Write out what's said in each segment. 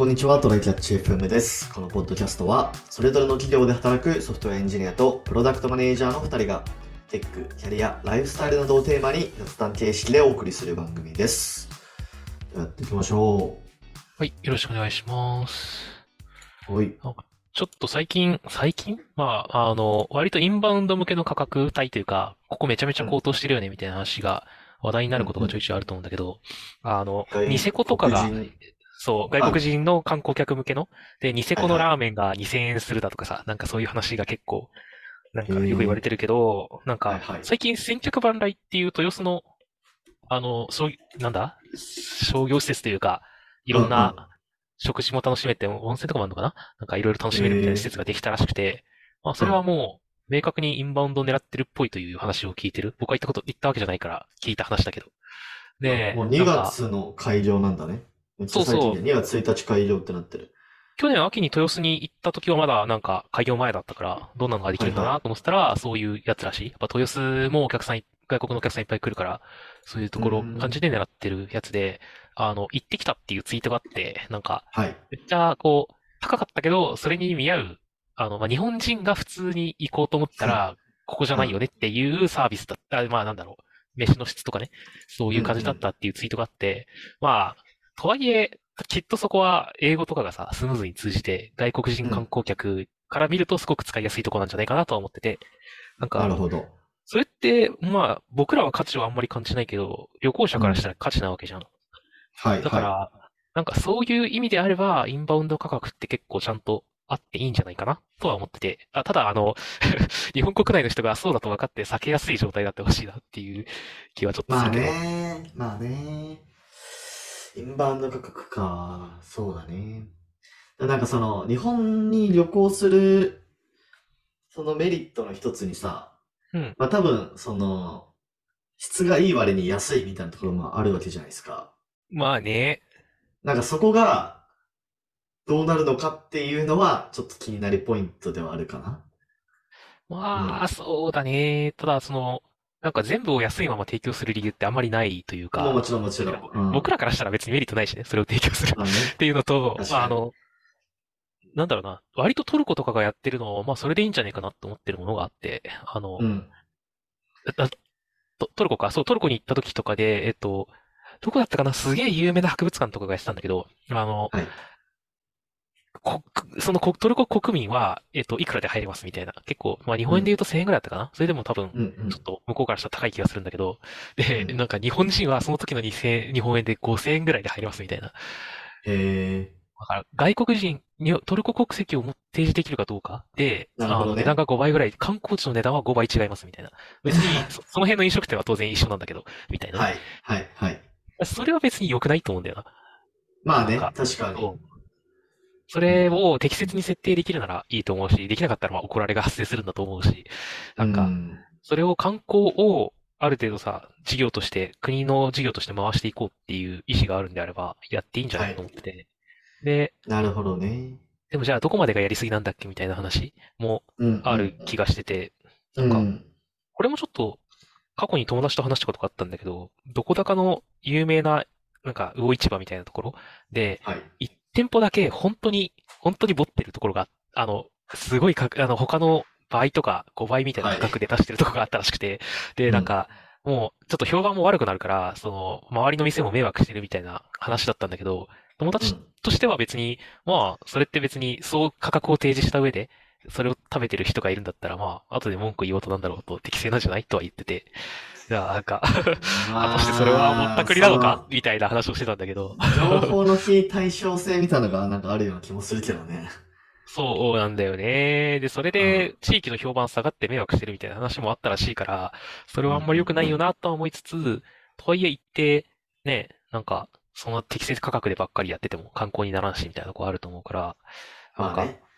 こんにちは。トライキャッチ FM です。このポッドキャストは、それぞれの企業で働くソフトウェアエンジニアとプロダクトマネージャーの2人が、テック、キャリア、ライフスタイルなどをテーマに雑談形式でお送りする番組です。やっていきましょはい、よろしくお願いします。 う。はい。 なんかちょっと最近割とインバウンド向けの価格帯というか、ここめちゃめちゃ高騰してるよねみたいな話が話題になることがちょいちょいあると思うんだけど、ニセコとかが、 外国人、 そう、外国人の観光客向けの、で、ニセコのはいはラーメンが2000円するだとかさ、なんかそういう話が結構、なんい。 かよく言われてるけど、なんか、 はいはい。 最近千客万来っていう豊洲の、そういう、商業施設というか、いろんなうんうん。 食事も楽しめて、温泉とかもあるのかななんかいろいろ楽しめるみたいな施設えができたらしくて、まあそれはうん。 もう、明確にインバウンドを狙ってるっぽいという話を聞いてる。僕は行ったわけじゃないから聞いた話だけど。で、 もう2月の開業なんだね。めっちゃ最近で、 そうそう、 2月1日開業ってなってる。 去年秋に豊洲に行った時はまだなんか開業前だったから、どんなのができるんだはいはい。 なと思ってたら、そういうやつらしい。やっぱ豊洲も外国のお客さんいっぱい来るから、そういうとうーころ、感じん。 で狙ってるやつで、行ってきたっていうツイートがあって、なんか、 はい。 めっちゃこう、高かったけど、それに見合う、日本人が普通に行こうと思ったら、ここじゃないようん。 ねっていうサービスだった。まあなんだろう。飯の質とかね。そういう感じだっうんうん。 たっていうツイートがあって、まあ、とはいえ、きっとそこは英語とかがさ、スムーズに通じて、外国人観うん。 光客から見るとすごく使いやすいところなんじゃないかなとは思ってて、なんか、 なるほど。 それって、まあ、僕らは価値はあんまり感じないけど、旅行者からしたうん。 ら価値なわけじゃん。 はいはい。 だから、なんかそういう意味であれば、インバウンド価格って結構ちゃんとあっていいんじゃないかなとは思ってて、ただ日本国内の人がそうだと分かって避けやすい状態になってほしいなっていう気はちょっとすまあるけど。 ね、まあね。インバウンド価格か。そうだね。なんかその、日本に旅行する、そのメリットの一つにさ、 うん。 まあ多分、その、質がいい割に安いみたいなところもあるわけじゃないですか。 まあね。 なんかそこがどうなるのかっていうのは、ちょっと気になるポイントではあるかな。うん。 まあ、そうだね。ただ、なんか全部を安いまま提供する理由ってあんまりないというか、 もちろんもちろん。うん。 僕らからしたら別にメリットないしね、それを提供するまあっね。 ていうのと、 確かに。 なんだろうな、割とトルコとかがやってるのを、まあそれでいいんじゃないかなと思ってるものがあって、 うん。 だトルコか、そう、トルコに行った時とかで、どこだったかな、すげえ有名な博物館とかがやってたんだけど、 はい。 こ、トルコ国民は、いくらで入れますみたいな。結構、まあ日うん。 本円で言うと1000円ぐらいだったかな。それでも多分、 うん。 ちょっと向こうからしたら高い気がするんだけど、で、 うん。 なんか日本人はその時の2000円、日本円で5000円ぐらいで入れますみたいな。 へえ。 だから、外国人にトルコ国籍を提示できるかどうかで、 なるほどね。 値段が5倍ぐらい、観光地の値段は5倍違いますみたいな。別に、その辺の飲食店は当然一緒なんだけど、みたいなね。 はい。はい。はい。 それは別に良くないと思うんだよな。 まあね、 なんか、 確かに。 そうそうん。 れを適切に設定できるならいいと思うし、できなかったらまあ怒られが発生するんだと思うし、 うなんか、 ん。 それを観光をある程度さ、事業として、国の事業として回していこうっていう意思があるんであれば、やっていいんじゃないかとはい。 思ってて。で、 なるほどね。 でもじゃあどこまでがやりすぎなんだっけみたいな話もうんうある気んがしてて、なうん。 んか、 うん。 これもちょっと過去に友達と話したことがあったんだけど、どこだかの有名な、なんか魚市場みたいなところで、 はい。 一店舗だけ本当にボってるところが、すごい他の倍とか5倍みたいなはい。 価格で出してるところがあったらしくて、で、 うん。 なんか、もう、ちょっと評判も悪くなるから、周りの店も迷惑してるみたいな話だったんだけど、友達うん。 としては別に、まあ、それって別に、そう価格を提示した上で、それを食べてる人がいるんだったら、まあ、後で文句言おうとなんだろうと適正なんじゃないとは言ってて、いや、なんか果たしてそれはぼっまあ、 たくりなのかみたいな話をしてたんだけど。 情報の非対称性みたいなのがなんかあるような気もするけどね。 そうなんだよね。で、それうん。 で地域の評判下がって迷惑してるみたいな話もあったらしいから、それうんうんはあんまり良くないようん。 なとは思いつつ、とはいえ一定、ね、なんか、その適正価格でばっかりやってても観光にならんしみたいなとこあると思うから、なんか、 まあね。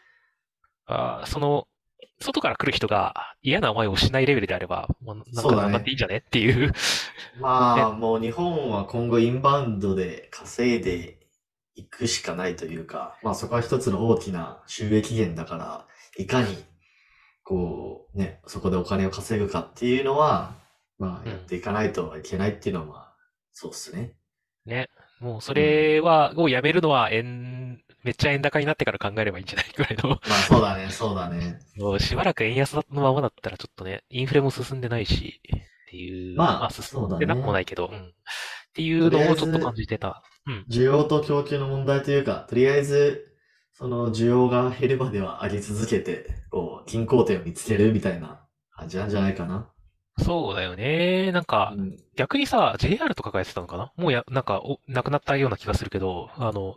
外から来る人が嫌な思いをしないレベルであれば、まあ、なんかなんだっていそうだね。 いんじゃねっていうね。 まあ、もう日本は今後インバウンドで稼いでいくしかないというか、まあそこは一つの大きな収益源だから、いかにこうね、そこでお金を稼ぐかっていうのは、まあうん。 やっていかないといけないっていうのは、まあ、そうっすね。 ね。もうそうん。 れをやめるのはめっちゃ円高になってから考えればいいんじゃないぐらいの。 まあそうだね、そうだね。 もうしばらく円安のままだったらちょっとね、インフレも進んでないし、っていう、まあまあ、 進そうんでなくもなだね。 いけど、うん。っていうとりあのをちょっと感えず、 じてた。うん。 需要と供給の問題というか、とりあえず、その需要が減るまでは上げ続けて、こう、均衡点を見つけるみたいな感じなんじゃないかな。 そうだよね。なんか、 うん。 逆にさ、JR とかがやってたのかなもうなんか、なくなったような気がするけど、 うん。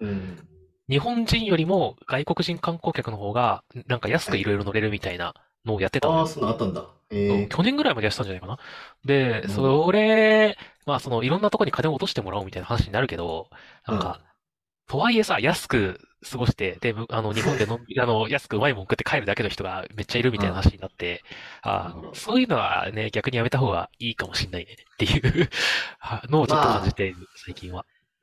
日本人よりも外国人観光客の方が、なんか安はい。 くいろいろ乗れるみたいなのをやってたのああ、 よ。 そんなのあったんだ。 そう、去年ぐらいまでやってたんじゃないかな。で、 なるほど。 それ、まあいろんなとこに金を落としてもらおうみたいな話になるけど、なうん。 んか、とはいえさ、安く過ごして、で、日本でのんびり、安くうまいもん食って帰るだけの人がめっちゃいるみうん。 たいな話になって、 なるほど。 そういうのはね、逆にやめた方がいいかもしんないねっていうのをちょっと感じまあ、 ている、最近は。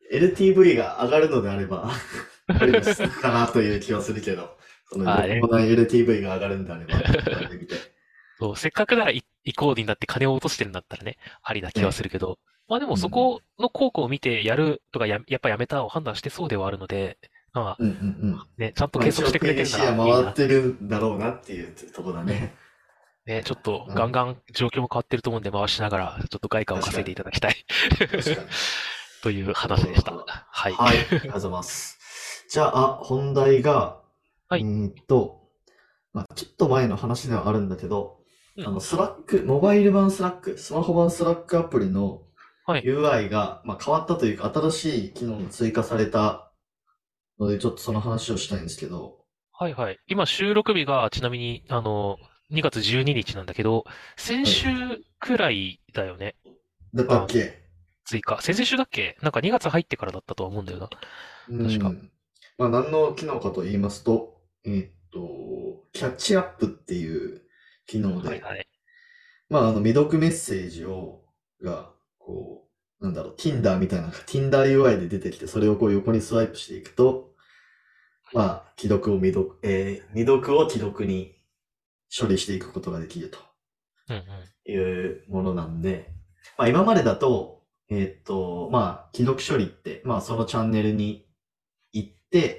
LTV が上がるのであればありもしかなという気はするけど、そのまあね、 旅行代 LTV が上がるんであれば、場合で見て。 そう、せっかくなら行こうになって金を落としてるんだったらね、ありな気はすね。 るけど、まあでもそうん。 この効果を見てやるとかやっぱやめたを判断してそうではあるので、まうんうんうん。 あ、ね、ちゃんとまあ計測し一応経てくれてるな営視野回らいいなっていう。 ってるんだろうなっていうとこだうん。 ね。 ね、ちょっとなるほど。 ガンガン状況も変わってると思うんで回しながら、ちょっと外貨を稼いでい確かに。 ただきたい確かに。 というなるほど、 話でした。 なるほど。 はい。 はい。ありがとうございます。じゃあ、本題が、 はい。 まあ、ちょっと前の話ではあるんだけど、 うん。 スラック、モバイル版スラック、スマホ版スラックアプリのはい。 UI が、まあ、変わったというか、新しい機能が追加されたので、ちょっとその話をしたいんですけど、 はいはい。今収録日がちなみに、2月12日なんだけど、先はい。 週くらいだよね。 だったっあの、 け？ 追加。先々週だっけなんか2月入ってからだったとは思うんだよな。 う確か。 ん。まあ、何の機能かと言いますと、キャッチアップっていう機能で、 はいはい。 まあ、未読メッセージこなんだろう、Tinder みたいな、Tinder UI で出てきて、それをこう横にスワイプしていくと、まあ、未読を既読に処理していくことができるとうんうん。 いうものなんで、まあ、今までだと、まあ、既読処理って、まあ、そのチャンネルに行って、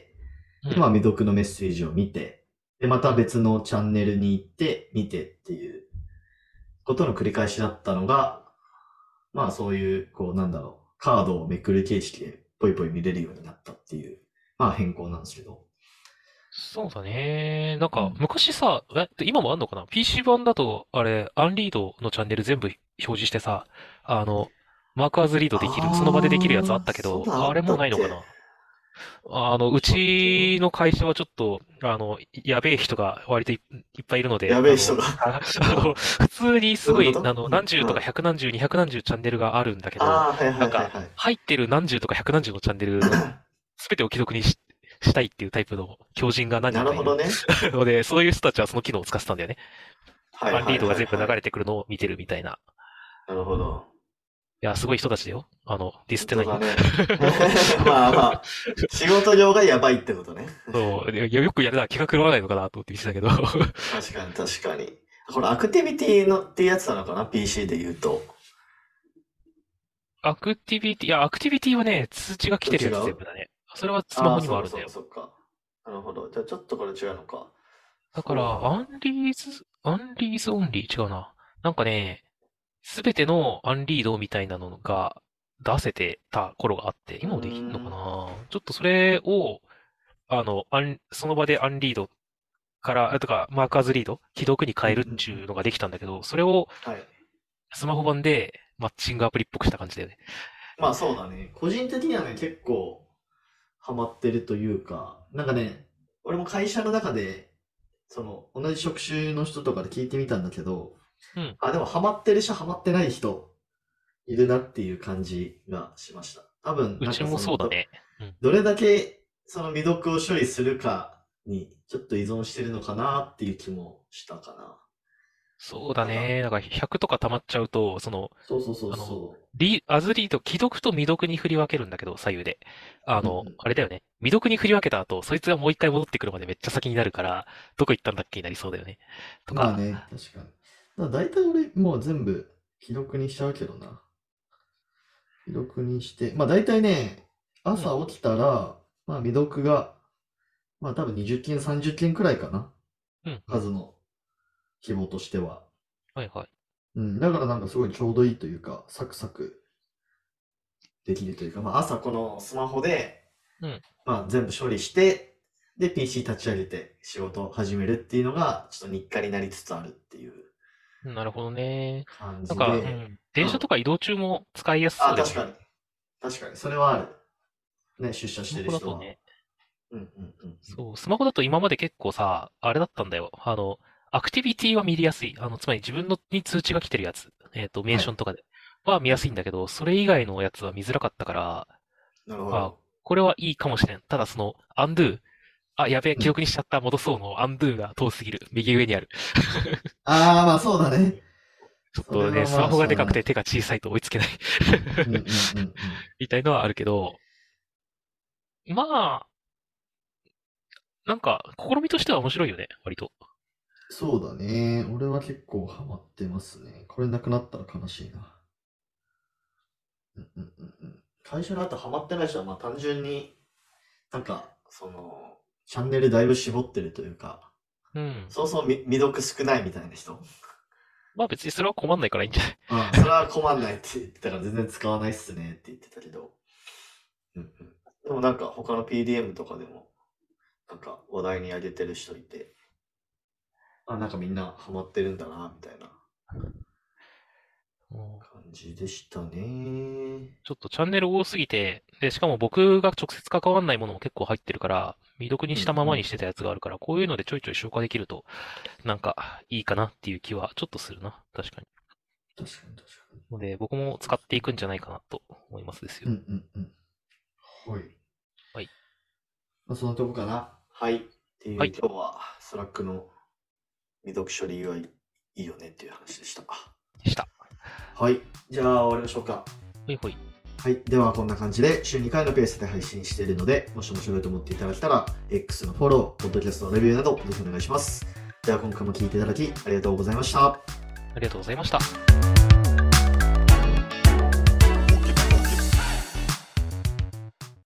で、 うん。 まあ、未読のメッセージを見て、で、またうん。 別のチャンネルに行って、見てっていうことの繰り返しだったのが、まあそういう、なんだろう、カードをめくる形式でポイポイ見れるようになったっていう、まあ変更なんですけど。 そうだね。なんか、 うん。 昔さ、今もあんのかな？ PC 版だと、あれ、アンリードのチャンネル全部表示してさ、あの、マークアズリードできる、その場でできるやつあっあー、 たけど、 そんなんああれもうったっけ？ ないのかな？うちょっと待ってよ。 ちの会社はちょっと、やべえ人が割といっぱいいるので、 やべえ人が普通にすごい、 どういうこと？うん、 何十とかうん。 百何十、二百何十チャンネルがあるんだけど、 ああ、はいなんか、 はいはいはい。 入ってる何十とか百何十のチャンネルのすべてを既読にしたいっていうタイプの狂人が何な人かいるるほどね。 ので、そういう人たちはその機能を使ってたんだよね。 はいはいアンリードがはいはい。 全部流れてくるのを見てるみたいな。 なるほど。 いや、すごい人たちだよ。ディスっ本てないよ。 当だね。まあまあ、仕事量がやばいってことね。 そう、よくやるな、気が狂わないのかなと思って見てたけど。 確かに確かに。これアクティビティのってやつなのかな？ PC で言うと。 アクティビティはね、通知が来てるやつ全違う？ 部だね。それはスマああ、 ホにそうかそうかもあるんだよ。 そうか。なるほど。じゃあちょっとこれ違うのか。 だから、 そうなんだ。 アンリーズオンリー違うな。なんかね、すべてのアンリードみたいなのが出せてた頃があって、 うー今もできんのかん。 な？ちょっとそれを、その場でアンリードから、とか、マーカーズリード、既読にうん変えるっていうんうん。 うのができたんだけど、それをはい。 スマホ版でマッチングアプリっぽくした感じだよね。 まあそうだね。個人的にはね、結構ハマってるというか、なんかね、俺も会社の中で、同じ職種の人とかで聞いてみたんだけど、 うん。 あ、でもハマってる人、ハマってない人、いるなっていう感じがしました。多分、 うちもそうだね。うん。 どれだけその未読を処理するかにちょっと依存してるのかなっていう気もしたかな。 そうだなんか、 ね。だから100とか溜まっちゃうと、 そうそうそうそアズリート、既読と未読に振り分けるんだけど、左右で。 う。うんうん。 あれだよね。未読に振り分けた後、そいつがもう一回戻ってくるまでめっちゃ先になるから、どこ行ったんだっけになりそうだよね。とか。 まあね、確かに。大体俺もう全部既読にしちゃうけどな。既読にして、まあ大体ね、 うん。 朝起きたら、まあ未読が、 まあ多分20件、30件くらいかな。 うん、うん。 数の規模としては。 はいはい。 うん。だからなんかすごいちょうどいいというか、サクサクできるというか、まあ朝このスマホで、 うん。 まあ全部処理して、で PC 立ち上げて仕事を始めるっていうのが、ちょっと日課になりつつあるっていうなるほどね。 感なんか、うじで、 ん。 うん。 電車とか移動中も使いやすそあ、 うだよね。 確かに。確かに。それはある。ね、出社しスマてる人は。 ホだとね、 うんうんうんうん。 そう、スマホだと今まで結構さ、あれだったんだよ。アクティビティは見れやすい。つまり自分のに通知が来てるやつ。メンはい。 ションとかで。は見やはい。 すいんだけど、それ以外のやつは見づらかったから、あ、 なるほど。 これはいいかもしれん。ただその、アンドゥ、あ、やべえ、 うん。 記憶にしちゃった、戻そうのアンドゥが遠すぎる。右上にある。 ああ、まあそうだね。 ちょっとね、 それはまあスマホがでかくしゃあない。 て手が小さいと追いつけないうんうんうんうん。 みたいのはあるけど、まあ、なんか、試みとしては面白いよね、割と。 そうだね。俺は結構ハマってますね。これなくなったら悲しいな。うんうんうんうん。会社の後ハマってない人はまあ単純になんか、チャンネルだいぶ絞ってるというか、 うん。 そもそも未読少ないみたいな人。 まあ別にそれは困んないからいいんじゃない？ ああ、それは困んないって言ってたから全然使わないっすねって言ってたけど。うんうん。でもなんか他の PDM とかでも、なんか話題に上げてる人いて、あ、なんかみんなハマってるんだな、みたいなうん感じでしたね。 ちょっとチャンネル多すぎて、で、しかも僕が直接関わんないものも結構入ってるから、未読にうんうしたままにん。 してたやつがあるから、こういうのでちょいちょい消化できると、なんかいいかなっていう気はちょっとするな。確かに。 確かに確かに。 ので、僕も使っていくんじゃないかなと思いますですよ。 うんうんうん。はい。 はい。 まあ、そのとこかな。はい。っていうはい。 今日はスラックの未読処理 UI いいよねっていう話でした。 でした。 はい。じゃあ終わりましょうか。 ほいほい。 はい。ではこんな感じで週2回のペースで配信しているので、もし面白いと思っていただけたら、X のフォロー、ポッドキャストのレビューなどぜひお願いします。では今回も聞いていただきありがとうございました。 ありがとうございました。